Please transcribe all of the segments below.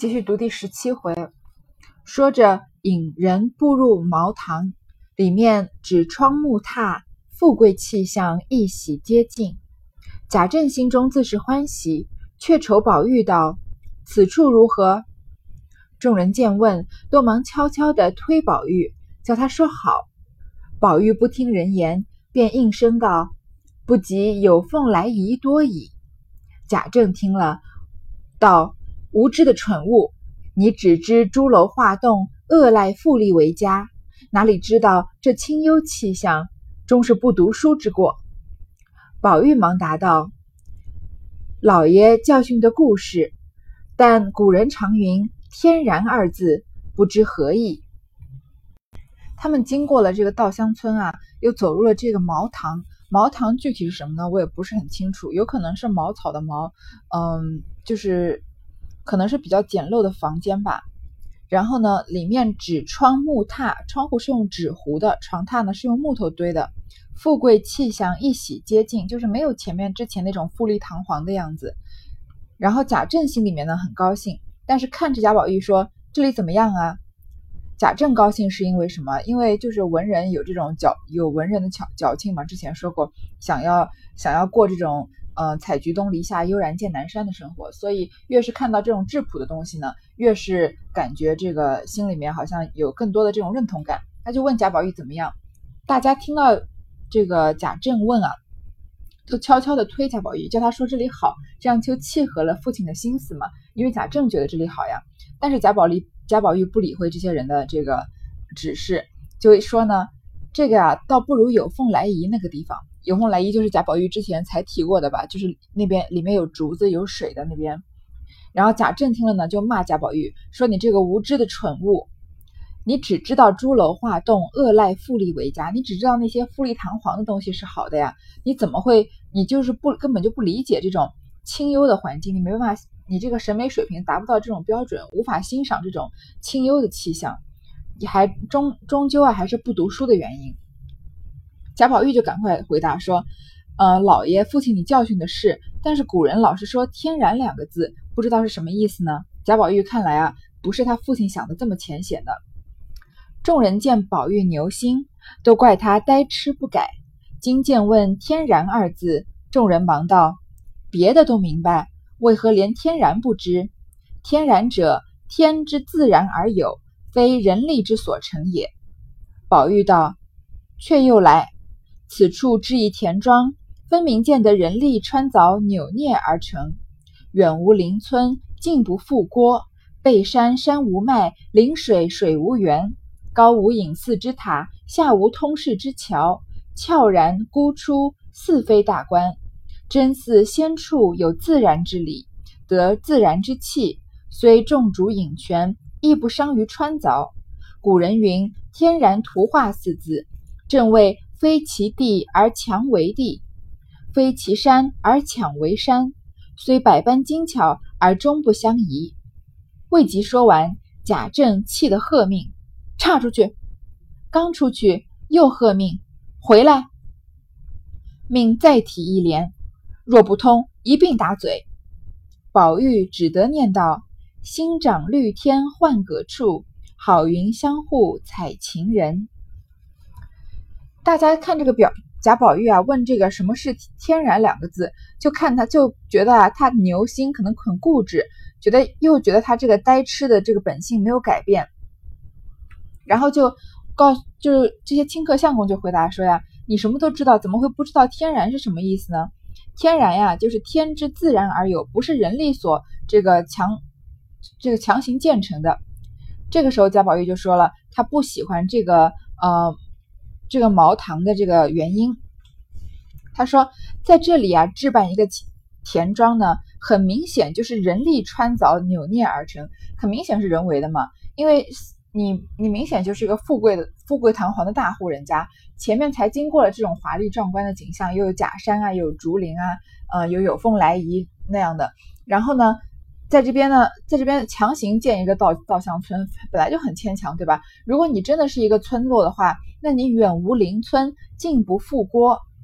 继续读第17回，说着引人步入茅堂，里面纸窗木榻，富贵气象一喜接近。贾政心中自是欢喜，却愁宝玉道：“此处如何？”众人见问，都忙悄悄地推宝玉，叫他说好。宝玉不听人言，便应声道：“不及有凤来仪多矣。”贾政听了，道：“无知的蠢物，你只知朱楼画栋，恶赖富丽为佳，哪里知道这清幽气象，终是不读书之过。”宝玉忙答道：“老爷教训的故事，但古人常云天然二字，不知何意。”他们经过了这个稻香村啊，又走入了这个茅堂。茅堂具体是什么呢？我也不是很清楚，有可能是茅草的茅，就是可能是比较简陋的房间吧。然后呢，里面纸窗木榻，窗户是用纸糊的，床榻呢是用木头堆的。富贵气象一喜接近，就是没有之前那种富丽堂皇的样子。然后贾政心里面呢很高兴，但是看着贾宝玉说：“这里怎么样啊？”贾政高兴是因为什么？因为就是文人有这种有文人的矫情嘛，之前说过想要过这种采菊东篱下，悠然见南山的生活，所以越是看到这种质朴的东西呢，越是感觉这个心里面好像有更多的这种认同感。他就问贾宝玉怎么样，大家听到这个贾政问啊，都悄悄地推贾宝玉，叫他说这里好，这样就契合了父亲的心思嘛，因为贾政觉得这里好呀。但是贾宝玉不理会这些人的这个指示，就说呢，这个啊倒不如有凤来仪那个地方。有凤来仪就是贾宝玉之前才提过的吧，就是那边里面有竹子有水的那边。然后贾政听了呢，就骂贾宝玉说：“你这个无知的蠢物，你只知道朱楼画栋，恶赖富丽为佳，你只知道那些富丽堂皇的东西是好的呀，你怎么会，你就是根本就不理解这种清幽的环境，你没办法，你这个审美水平达不到这种标准，无法欣赏这种清幽的气象，你还终究啊还是不读书的原因。”贾宝玉就赶快回答说：“老爷父亲你教训的是，但是古人老是说天然两个字，不知道是什么意思呢？”贾宝玉看来啊，不是他父亲想的这么浅显的。众人见宝玉牛心，都怪他呆痴不改。今见问天然二字，众人忙道：“别的都明白，为何连天然不知？天然者，天之自然而有，非人力之所成也。”宝玉道：“却又来，此处之一田庄，分明见得人力穿凿扭捏而成。远无邻村，近不复郭，背山山无脉，临水水无源，高无隐寺之塔，下无通市之桥，悄然孤出，似非大观。真似仙处有自然之理，得自然之气，虽众主引泉，亦不伤于穿凿。古人云天然图画四字，正谓非其地而强为地，非其山而强为山，虽百般精巧，而终不相宜。”未及说完，贾政气得喝命：“岔出去！”刚出去，又喝命：“回来！”命再提一联，若不通，一并打嘴。宝玉只得念道：“新长绿天换葛处，好云相互采晴人。”大家看这个贾宝玉啊，问这个什么是天然两个字，就觉得啊，他牛心可能很固执，又觉得他这个呆痴的这个本性没有改变，然后就是这些清客相公就回答说呀：“你什么都知道，怎么会不知道天然是什么意思呢？天然呀，就是天之自然而有，不是人力所这个强行建成的。”这个时候贾宝玉就说了，他不喜欢这个茅堂的这个原因。他说在这里啊，置办一个田庄呢，很明显就是人力穿凿扭捏而成，很明显是人为的嘛，因为你明显就是一个富贵堂皇的大户人家，前面才经过了这种华丽壮观的景象，又有假山啊，又有竹林啊，有凤来仪那样的，然后呢在这边强行建一个稻香村，本来就很牵强，对吧？如果你真的是一个村落的话，那你远无邻村，近不复郭，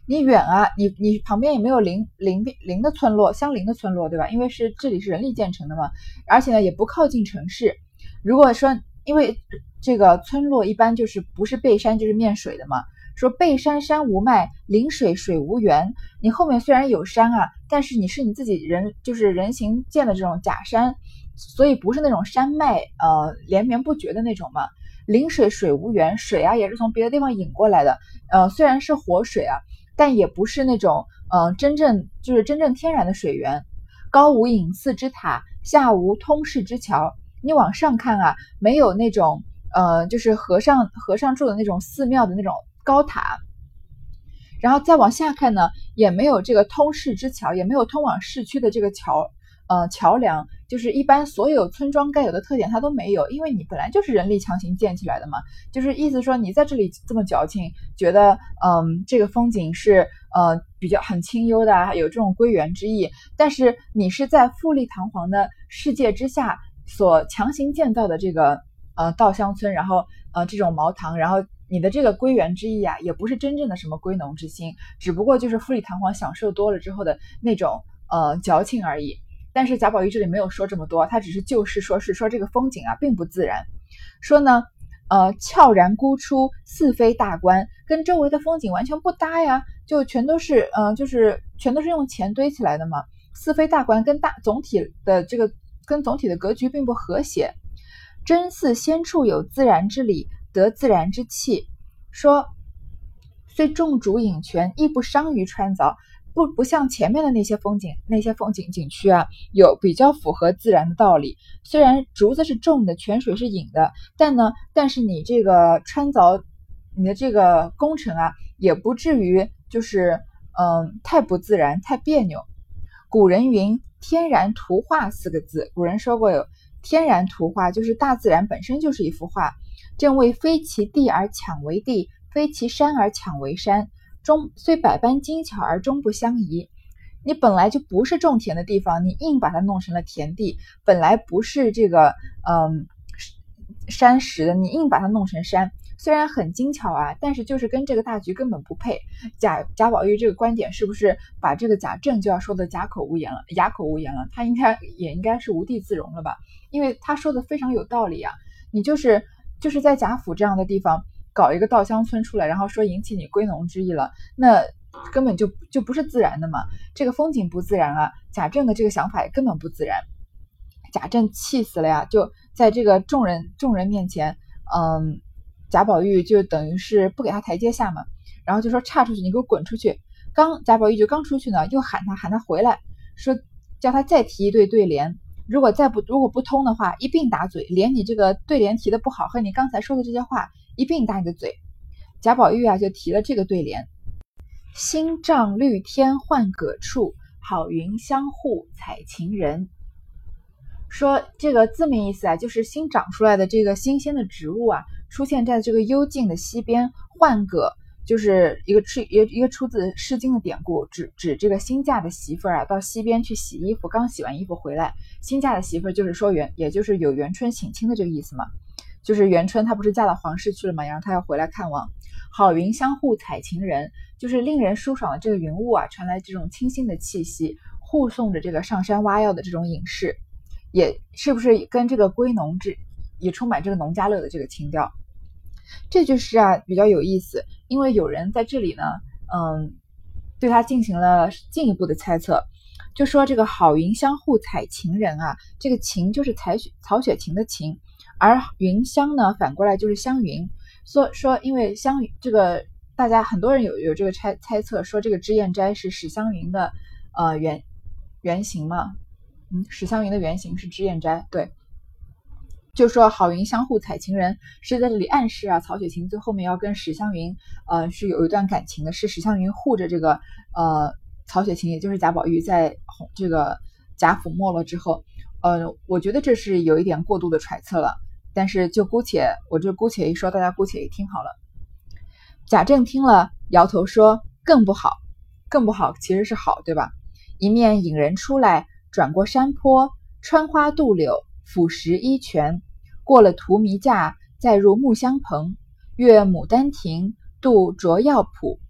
你远啊，你旁边也没有邻的村落，相邻的村落，对吧？因为这里是人力建成的嘛，而且呢也不靠近城市。如果说因为这个村落一般就是不是背山就是面水的嘛，说背山山无脉，临水水无源。你后面虽然有山啊，但是你是你自己就是人行建的这种假山，所以不是那种山脉连绵不绝的那种嘛。临水水无源，水啊也是从别的地方引过来的，虽然是活水啊，但也不是那种真正天然的水源。高无隐寺之塔，下无通市之桥。你往上看啊，没有那种就是和尚住的那种寺庙的那种高塔，然后再往下看呢，也没有这个通市之桥，也没有通往市区的这个桥梁，就是一般所有村庄该有的特点它都没有，因为你本来就是人力强行建起来的嘛。就是意思说你在这里这么矫情，觉得这个风景是比较很清幽的，有这种归园之意，但是你是在富丽堂皇的世界之下所强行建造的这个稻香村，然后这种茅堂，然后你的这个归园之意啊，也不是真正的什么归农之心，只不过就是富丽堂皇享受多了之后的那种矫情而已。但是贾宝玉这里没有说这么多，他只是就事说事，说这个风景啊并不自然，说呢悄然孤出，似非大观，跟周围的风景完全不搭呀，就全都是全都是用钱堆起来的嘛，似非大观跟总体的格局并不和谐。真似仙处有自然之理，得自然之气，说虽重主引泉，亦不伤于穿凿，不像前面的那些风景景区啊，有比较符合自然的道理。虽然竹子是重的，泉水是引的，但是你这个穿凿，你的这个工程啊，也不至于就是太不自然，太别扭。古人云天然图画4个字，古人说过有天然图画，就是大自然本身就是一幅画，正谓非其地而强为地，非其山而强为山，虽百般精巧而终不相宜。你本来就不是种田的地方，你硬把它弄成了田地，本来不是这个山石的，你硬把它弄成山，虽然很精巧啊，但是就是跟这个大局根本不配。贾宝玉这个观点是不是把这个贾政就要说的哑口无言了？他应该是无地自容了吧？因为他说的非常有道理啊，你就是在贾府这样的地方搞一个稻香村出来，然后说引起你归农之意了，那根本就不是自然的嘛。这个风景不自然啊，贾政的这个想法也根本不自然。贾政气死了呀，就在这个众人面前，贾宝玉就等于是不给他台阶下嘛，然后就说岔出去，你给我滚出去。贾宝玉就刚出去呢，又喊他回来，说叫他再提一对联，如果不通的话，一并打嘴，连你这个对联提的不好和你刚才说的这些话一并打你的嘴。贾宝玉啊就提了这个对联：新帐绿天换葛处，好云相护采晴人。说这个字面意思啊，就是新长出来的这个新鲜的植物啊，出现在这个幽静的溪边，换葛就是一个出自《诗经》的典故，指这个新嫁的媳妇儿啊，到溪边去洗衣服，刚洗完衣服回来，新嫁的媳妇儿就是说也就是有元春省亲的这个意思嘛，就是元春她不是嫁到皇室去了嘛，然后她要回来看望。好云相护采晴人，就是令人舒爽的这个云雾啊，传来这种清新的气息，护送着这个上山挖药的这种隐士。也是不是跟这个归农也充满这个农家乐的这个情调？这句诗啊比较有意思，因为有人在这里呢，对他进行了进一步的猜测，就说这个好云相护采晴人啊，这个晴就是曹雪芹的晴，而云香呢反过来就是香云，说因为香云这个大家很多人有这个猜测，说这个脂砚斋是史湘云的原型嘛。史湘云的原型是脂砚斋，对，就说好云相护采晴人是在这里暗示啊，曹雪芹最后面要跟史湘云是有一段感情的，是史湘云护着这个曹雪芹，也就是贾宝玉在这个贾府没落之后，我觉得这是有一点过度的揣测了，但是我就姑且一说，大家姑且一听好了。贾政听了摇头说更不好其实是好，对吧？一面引人出来，转过山坡，穿花渡柳，俯拾一泉，过了荼蘼架，再入木香棚，越牡丹亭，渡卓药圃，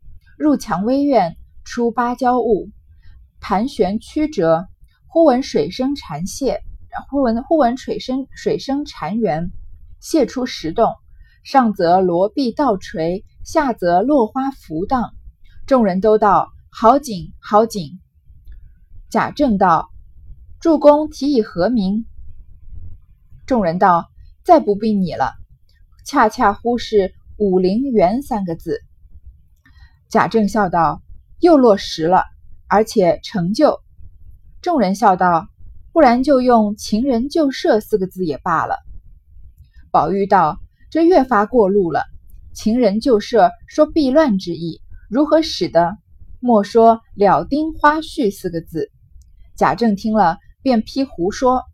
入蔷薇院，出芭蕉坞，盘旋曲折，忽闻水声潺泻，忽闻水声潺湲，泻出石洞，上则罗壁倒垂，下则落花浮荡。众人都道：好景，好景。贾政道：主公提以何名？众人道：再不必你了，恰恰乎是武陵源3个字。贾政笑道：又落实了，而且成就。众人笑道：不然就用情人旧舍4个字也罢了。宝玉道：这越发过路了，情人旧舍说避乱之意，如何使的？莫说了丁花絮4个字。贾政听了便批胡说。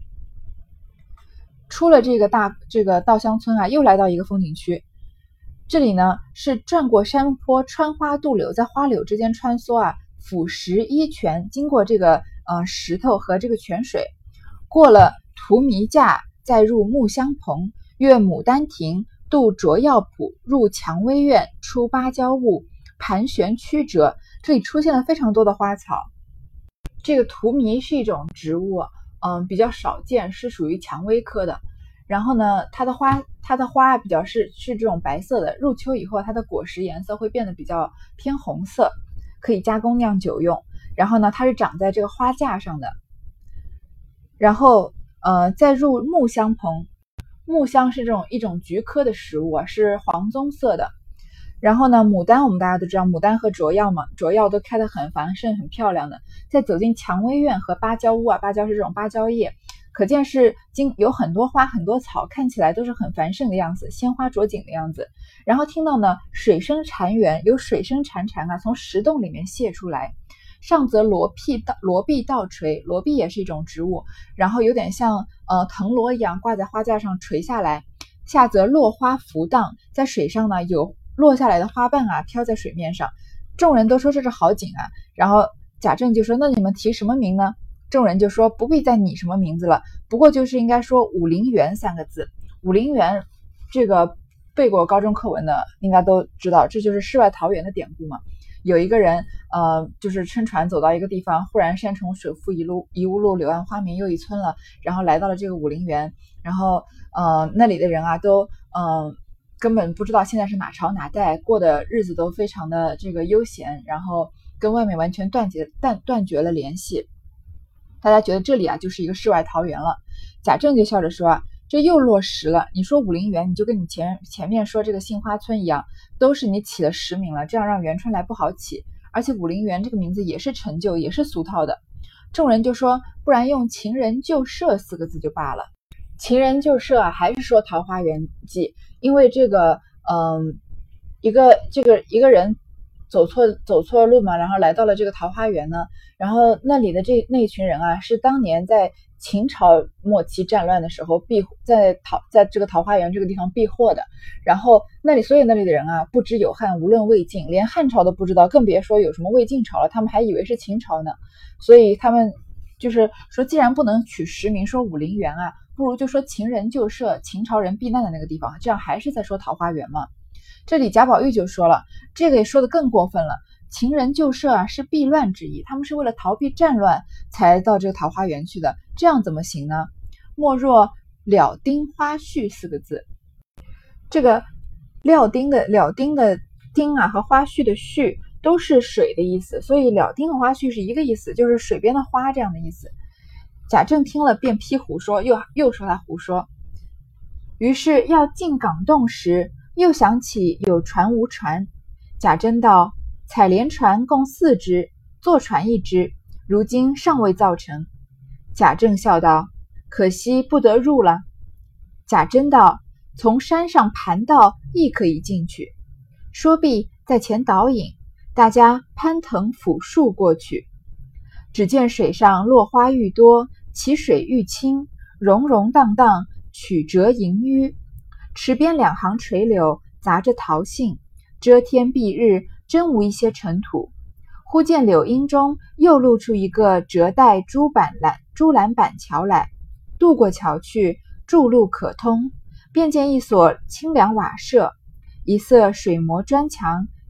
出了这个稻香村啊，又来到一个风景区。这里呢是转过山坡，穿花渡柳，在花柳之间穿梭啊，俯拾一泉，经过这个石头和这个泉水，过了荼蘼架，再入木香棚，越牡丹亭，渡卓药圃，入蔷薇院，出芭蕉坞，盘旋曲折。这里出现了非常多的花草。这个荼蘼是一种植物，比较少见，是属于蔷薇科的。然后呢，它的花比较是这种白色的，入秋以后它的果实颜色会变得比较偏红色，可以加工酿酒用。然后呢，它是长在这个花架上的。然后再入木香棚，木香是一种菊科的食物啊，是黄棕色的。然后呢，牡丹我们大家都知道，牡丹和卓药嘛，卓药都开得很繁盛很漂亮的。再走进蔷薇院和芭蕉坞啊，芭蕉是这种芭蕉叶，可见是有很多花很多草，看起来都是很繁盛的样子，鲜花着锦的样子。然后听到呢水声潺湲，有水声潺潺啊从石洞里面泄出来。上则罗壁倒垂，罗壁也是一种植物，然后有点像藤萝一样挂在花架上垂下来。下则落花浮荡，在水上呢有落下来的花瓣啊飘在水面上。众人都说这是好景啊。然后贾政就说：那你们提什么名呢？众人就说：不必再拟什么名字了，不过就是应该说武陵源3个字。武陵源这个背过高中课文的应该都知道，这就是世外桃源的典故嘛。有一个人就是乘船走到一个地方，忽然山重水复疑无路，柳暗花明又一村了，然后来到了这个武陵源。然后那里的人啊都根本不知道现在是哪朝哪代，过的日子都非常的这个悠闲，然后跟外面完全断绝了联系。大家觉得这里啊就是一个世外桃源了。贾政就笑着说：这又落实了，你说武陵源，你就跟你前面说这个杏花村一样，都是你起了实名了，这样让元春来不好起。而且武陵源这个名字也是陈旧，也是俗套的。众人就说：不然用情人旧舍4个字就罢了。情人旧舍啊，还是说桃花源记，因为这个一个人走错路嘛，然后来到了这个桃花源呢，然后那里的那一群人啊，是当年在秦朝末期战乱的时候在这个桃花源这个地方避祸的。然后所以那里的人啊，不知有汉，无论魏晋，连汉朝都不知道，更别说有什么魏晋朝了，他们还以为是秦朝呢。所以他们就是说，既然不能取实名说武陵源啊，不如就说情人旧舍，秦朝人避难的那个地方，这样还是在说桃花源嘛。这里贾宝玉就说了，这个也说得更过分了，情人旧舍啊是避乱之意，他们是为了逃避战乱才到这个桃花源去的，这样怎么行呢？莫若了丁花絮4个字。这个了丁的丁啊和花絮的絮都是水的意思，所以了丁和花絮是一个意思，就是水边的花这样的意思。贾政听了便批胡说，又说他胡说。于是要进港洞时，又想起有船无船。贾珍道：采莲船共4只，坐船1只，如今尚未造成。贾政笑道：可惜不得入了。贾珍道：从山上盘道亦可以进去。说毕，在前导引，大家攀藤抚树过去。只见水上落花愈多，其水愈清，溶溶荡荡，曲折萦纡。池边2行垂柳杂着桃杏，遮天蔽日，真无一些尘土。忽见柳荫中又露出一个折带朱栏板桥来，渡过桥去，筑路可通。便见一所清凉瓦舍，一色水磨砖墙，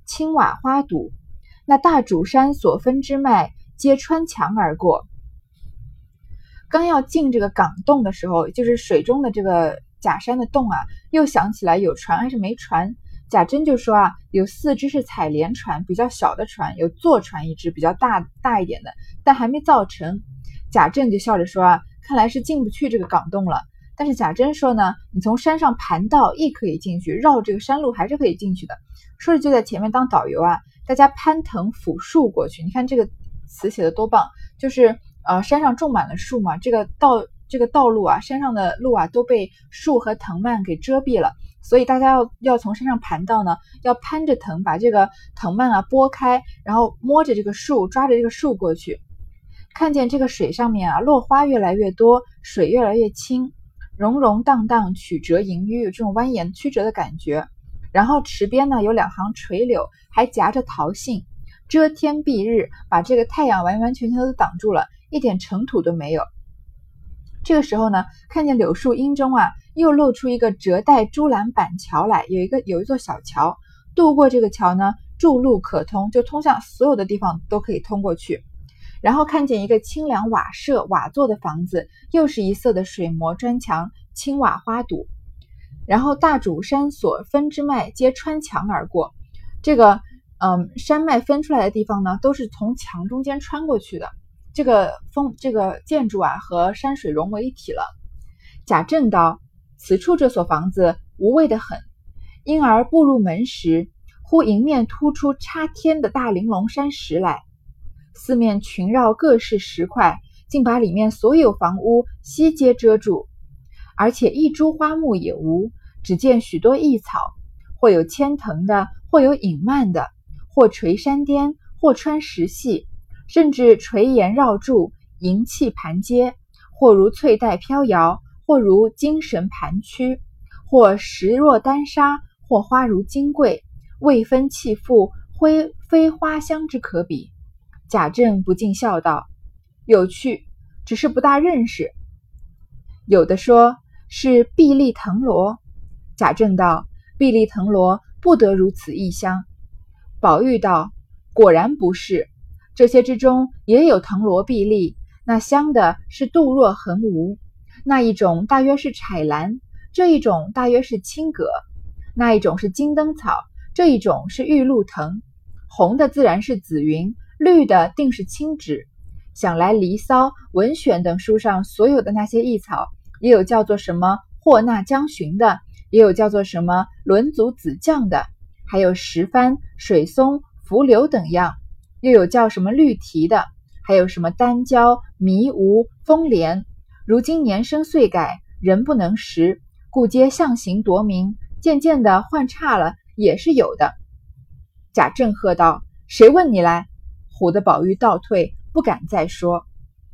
青瓦花堵。那大主山所分支脉，皆穿墙而过。刚要进这个港洞的时候，就是水中的这个假山的洞啊，又想起来有船还是没船。贾珍就说啊，有4只是采莲船，比较小的船，有坐船1只，比较大一点的，但还没造成。贾政就笑着说啊，看来是进不去这个港洞了。但是贾珍说呢，你从山上盘道亦可以进去，绕这个山路还是可以进去的。说着就在前面当导游啊，大家攀藤抚树过去。你看这个词写的多棒，就是山上种满了树嘛，这个道路啊，山上的路啊都被树和藤蔓给遮蔽了，所以大家要从山上盘道呢，要攀着藤，把这个藤蔓啊拨开，然后摸着这个树，抓着这个树过去。看见这个水上面啊，落花越来越多，水越来越清，溶溶荡荡，曲折盈淤，有这种蜿蜒曲折的感觉。然后池边呢有2行垂柳，还夹着桃杏，遮天蔽日，把这个太阳完完全全都挡住了，一点尘土都没有。这个时候呢，看见柳树荫中啊，又露出一个折带朱栏板桥来，有一座小桥，渡过这个桥呢，筑路可通，就通向所有的地方都可以通过去。然后看见一个清凉瓦舍瓦座的房子，又是一色的水磨砖墙，青瓦花堵。然后大主山所分支脉，皆穿墙而过。这个山脉分出来的地方呢，都是从墙中间穿过去的。这个建筑啊和山水融为一体了。贾政道：此处这所房子无味得很。因而步入门时，忽迎面突出插天的大玲珑山石来，四面群绕各式石块，竟把里面所有房屋悉皆遮住，而且一株花木也无，只见许多异草，或有牵藤的，或有隐蔓的，或垂山巅，或穿石隙，甚至垂岩绕柱，银器盘阶，或如翠带飘摇，或如金绳盘曲，或石若丹砂，或花如金桂，未分气复，非花香之可比。贾政不禁笑道：有趣，只是不大认识。有的说是碧丽藤萝。贾政道：碧丽藤萝不得如此异香。宝玉道：果然不是，这些之中也有藤萝碧丽，那香的是杜若横无，那一种大约是彩兰，这一种大约是青葛，那一种是金灯草，这一种是玉露藤，红的自然是紫云，绿的定是青栀。想来《离骚》《文选》等书上所有的那些异草，也有叫做什么霍纳将寻的，也有叫做什么轮足子将的，还有石帆、水松、茯苓等样，又有叫什么绿提的，还有什么丹椒、迷芜、风莲。如今年生岁改，人不能识，故皆象形夺名，渐渐的换差了，也是有的。贾政喝道：谁问你来？唬得宝玉倒退，不敢再说。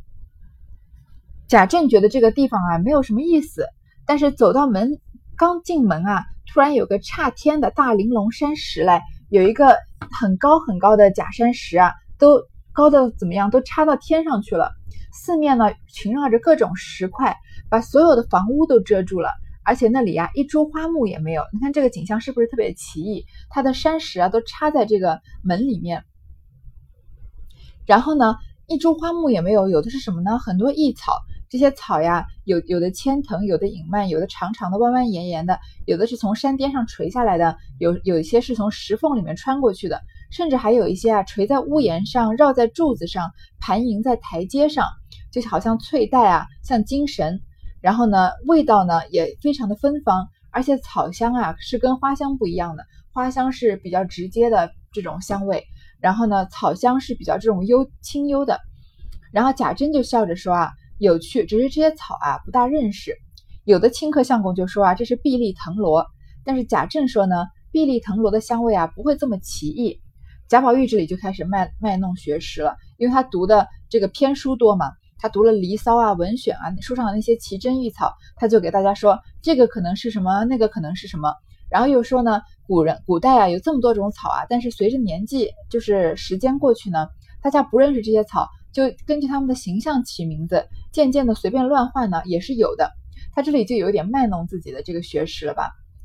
贾政觉得这个地方啊没有什么意思，但是走到门，刚进门啊，突然有个插天的大玲珑山石来，有一个很高很高的假山石啊，都高的怎么样，都插到天上去了。四面呢群绕着各种石块，把所有的房屋都遮住了，而且那里啊一株花木也没有。你看这个景象是不是特别奇异？它的山石啊都插在这个门里面，然后呢一株花木也没有，有的是什么呢？很多异草，这些草呀有的牵藤，有的隐蔓，有的长长的弯弯延延的，有的是从山巅上垂下来的，有一些是从石缝里面穿过去的，甚至还有一些啊垂在屋檐上，绕在柱子上，盘萦在台阶上，就好像翠带啊，像金绳。然后呢味道呢也非常的芬芳，而且草香啊是跟花香不一样的，花香是比较直接的这种香味，然后呢草香是比较这种清幽的。然后贾珍就笑着说啊，有趣，只是这些草啊不大认识。有的清客相公就说啊，这是碧丽藤萝，但是贾政说呢，碧丽藤萝的香味啊不会这么奇异。贾宝玉这里就开始卖弄学识了，因为他读的这个篇书多嘛，他读了《离骚》啊、《文选》啊，书上的那些奇珍异草，他就给大家说这个可能是什么，那个可能是什么。然后又说呢，古代啊有这么多种草啊，但是随着年纪就是时间过去呢，大家不认识这些草，就根据他们的形象起名字，渐渐的随便乱换呢也是有的。他这里就有点卖弄自己的这个学识了吧。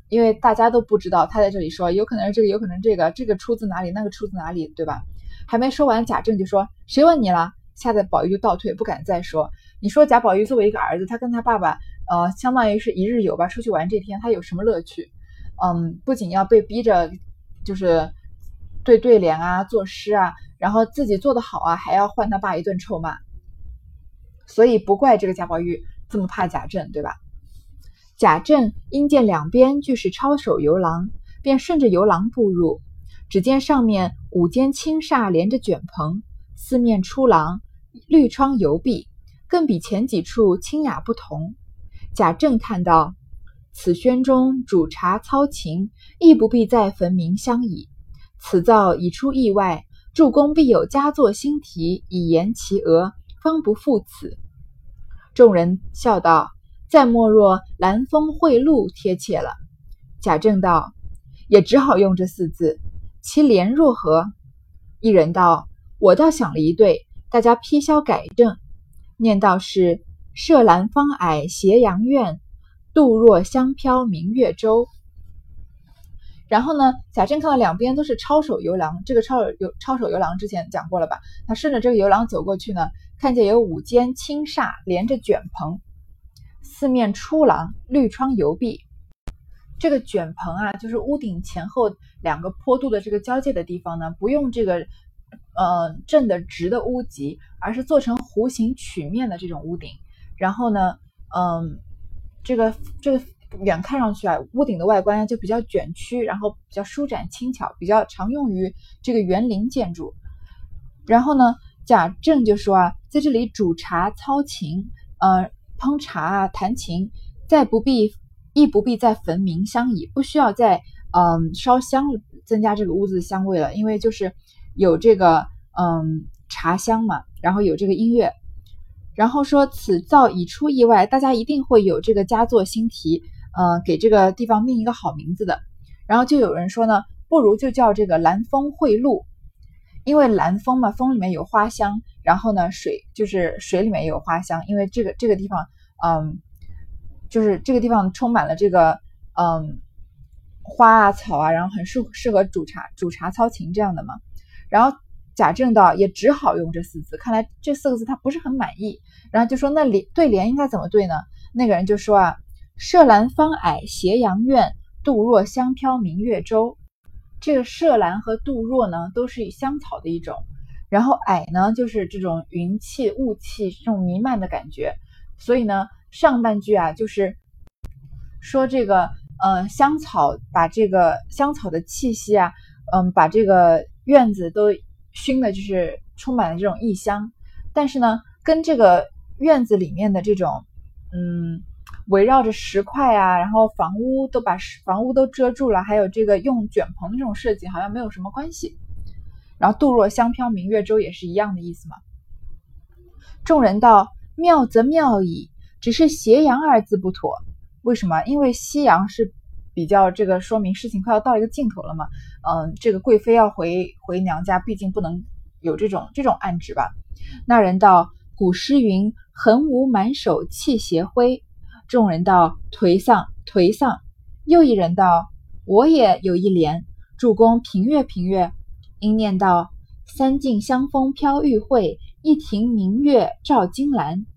因为大家都不知道，他在这里说有可能是这个，有可能这个，这个出自哪里，那个出自哪里，对吧？还没说完，贾政就说谁问你了？吓得宝玉就倒退，不敢再说。你说贾宝玉作为一个儿子，他跟他爸爸相当于是一日游吧，出去玩这天他有什么乐趣？不仅要被逼着就是对对联啊、作诗啊，然后自己做得好啊，还要换他爸一顿臭骂。所以不怪这个贾宝玉这么怕贾政，对吧？贾政因见两边俱是抄手游廊，便顺着游廊步入，只见上面5间青厦连着卷棚，四面出廊，绿窗油壁，更比前几处清雅不同。贾政看到，此轩中煮茶操琴，亦不必再焚茗香矣。此造已出意外，助公必有佳作新题，以言其额，方不负此。众人笑道：再莫若兰风蕙露贴切了。贾政道：也只好用这4字，其联若何？一人道：我倒想了一对，大家批销改正。念道是设兰芳霭斜阳院，杜若香飘明月洲。然后呢，贾政看到两边都是抄手游廊，这个抄手游廊之前讲过了吧？他顺着这个游廊走过去呢，看见有5间青厦连着卷棚，四面出廊，绿窗油壁。这个卷棚啊，就是屋顶前后2个坡度的这个交界的地方呢，不用这个正的直的屋脊，而是做成弧形曲面的这种屋顶。然后呢，这个远看上去啊，屋顶的外观就比较卷曲，然后比较舒展轻巧，比较常用于这个园林建筑。然后呢，贾政就说啊，在这里煮茶操琴，烹茶啊，弹琴，亦不必再焚茗香矣，不需要再烧香增加这个屋子的香味了，因为就是有这个茶香嘛，然后有这个音乐。然后说此造已出意外，大家一定会有这个佳作新题，给这个地方命一个好名字的。然后就有人说呢，不如就叫这个兰风蕙露，因为兰风嘛，风里面有花香，然后呢水里面也有花香，因为这个地方就是这个地方充满了这个花啊草啊，然后很适合煮茶操琴这样的嘛。然后贾政道也只好用这4字，看来这4个字他不是很满意，然后就说那对联应该怎么对呢？那个人就说啊，设兰芳霭斜阳院，杜若香飘明月洲。这个设兰和杜若呢都是香草的一种，然后霭呢就是这种云气雾气这种弥漫的感觉，所以呢上半句啊就是说这个香草，把这个香草的气息啊，把这个院子都熏的就是充满了这种异香，但是呢跟这个院子里面的这种围绕着石块啊，然后房屋都遮住了，还有这个用卷棚的这种设计好像没有什么关系。然后杜若香飘明月洲也是一样的意思嘛。众人道：妙则妙矣，只是斜阳2字不妥。为什么？因为夕阳是比较这个说明事情快要到一个尽头了嘛。这个贵妃要回娘家，毕竟不能有这种暗指吧。那人道：古诗云横无满手气斜晖。众人道：颓丧。又一人道：我也有一联，助公评阅。应念道：三径香风飘玉蕙，一庭明月照金兰。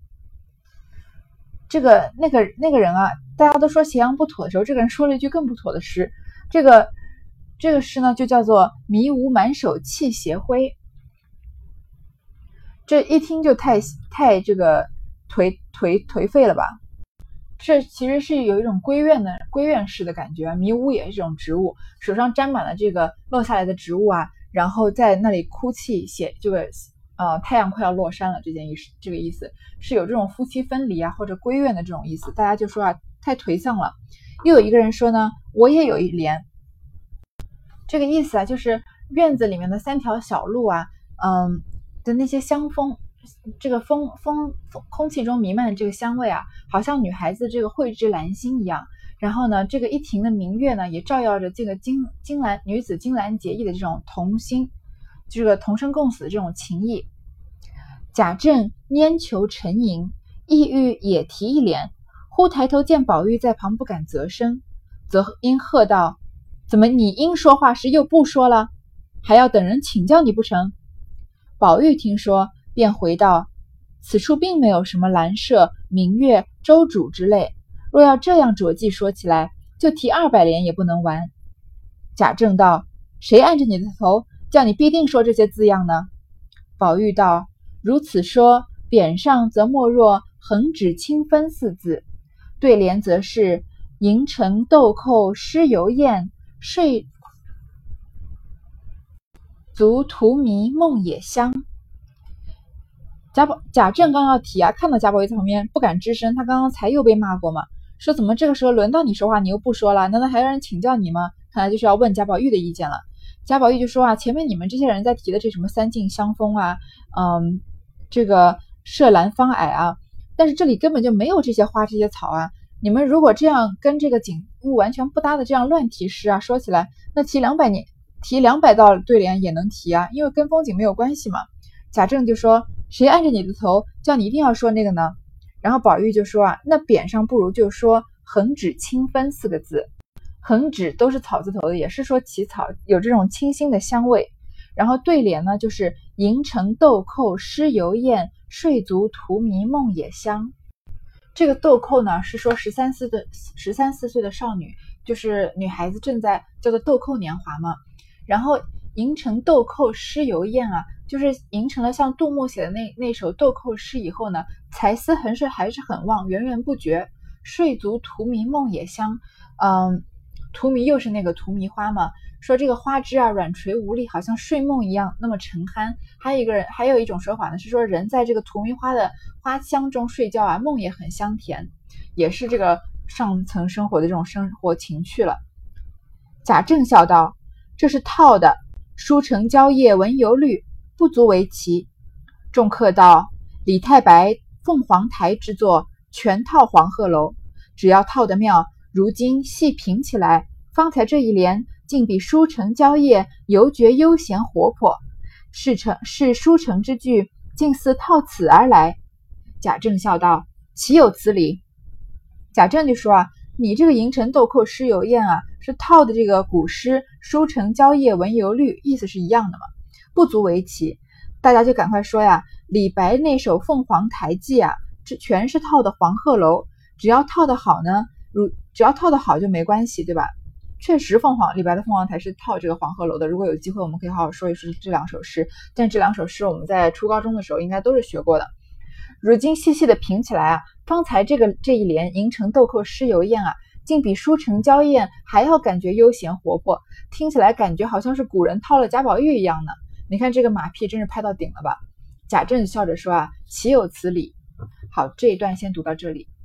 那个人啊，大家都说斜阳不妥的时候，这个人说了一句更不妥的诗。这个诗呢就叫做迷无满手气斜晖。这一听就太这个颓废了吧。这其实是有一种闺怨式的感觉啊。迷雾也是这种植物，手上沾满了这个落下来的植物啊，然后在那里哭泣，写这个太阳快要落山了这个意思，是有这种夫妻分离啊或者闺怨的这种意思。大家就说啊太颓丧了。又有一个人说呢，我也有一联，这个意思啊就是院子里面的3条小路啊，的那些香风，这个空气中弥漫的这个香味啊，好像女孩子这个蕙质兰心一样。然后呢，这个一庭的明月呢，也照耀着这个女子金兰结义的这种同心，这个同生共死的这种情谊。贾政拈求沉吟，意欲也提一联，忽抬头见宝玉在旁，不敢啧声。 则应喝道：怎么你应说话时又不说了？还要等人请教你不成？宝玉听说，便回道：此处并没有什么兰舍、明月、周主之类，若要这样着迹说起来，就提200联也不能完。贾政道：谁按着你的头，叫你必定说这些字样呢？宝玉道：如此说，匾上则莫若横指清分4字，对联则是银城豆蔻诗犹艳，睡足荼蘼梦也香。贾政刚要提啊，看到贾宝玉在旁边不敢吱声，他刚刚才又被骂过嘛，说怎么这个时候轮到你说话你又不说了，难道还有人请教你吗？看来就是要问贾宝玉的意见了。贾宝玉就说啊，前面你们这些人在提的这什么三径相逢啊，这个麝兰芳霭啊，但是这里根本就没有这些花这些草啊，你们如果这样跟这个景物完全不搭的这样乱提诗啊，说起来那提200道对联也能提啊，因为跟风景没有关系嘛。贾政就说谁按着你的头叫你一定要说那个呢？然后宝玉就说啊，那匾上不如就说横指清分4个字，横指都是草字头的，也是说起草有这种清新的香味。然后对联呢就是银城豆蔻诗犹艳，睡足荼蘼梦也香。这个豆蔻呢是说13、14岁的少女，就是女孩子正在叫做豆蔻年华嘛。然后银城豆蔻诗犹艳啊，就是银成了像杜牧写的那首豆蔻诗以后呢，才思还是很旺，源源不绝。睡足荼蘼梦也香，荼蘼又是那个荼蘼花嘛，说这个花枝啊软垂无力，好像睡梦一样那么沉酣。还有一种说法呢，是说人在这个荼蘼花的花香中睡觉啊，梦也很香甜，也是这个上层生活的这种生活情趣了。贾政笑道：这是套的，书成蕉叶闻犹绿，不足为奇。众客道：李太白凤凰台之作，全套黄鹤楼，只要套得妙，如今细品起来，方才这一联竟比书成蕉叶犹觉悠闲活泼，是书成之句，竟似套此而来。贾政笑道：岂有此理？贾政就说啊，你这个银城豆蔻诗犹艳啊，是套的这个古诗书成蕉叶闻犹绿，意思是一样的嘛，不足为奇。大家就赶快说呀，李白那首凤凰台记啊，这全是套的黄鹤楼，只要套的好呢，只要套的好就没关系，对吧？确实李白的凤凰台是套这个黄鹤楼的，如果有机会我们可以好好说一说这2首诗，但这2首诗我们在初高中的时候应该都是学过的。如今细细的品起来啊，方才这一联银城豆蔻诗犹艳啊，竟比书成蕉叶还要感觉悠闲活泼，听起来感觉好像是古人套了贾宝玉一样呢。你看这个马屁真是拍到顶了吧？贾政笑着说啊，岂有此理。好，这一段先读到这里。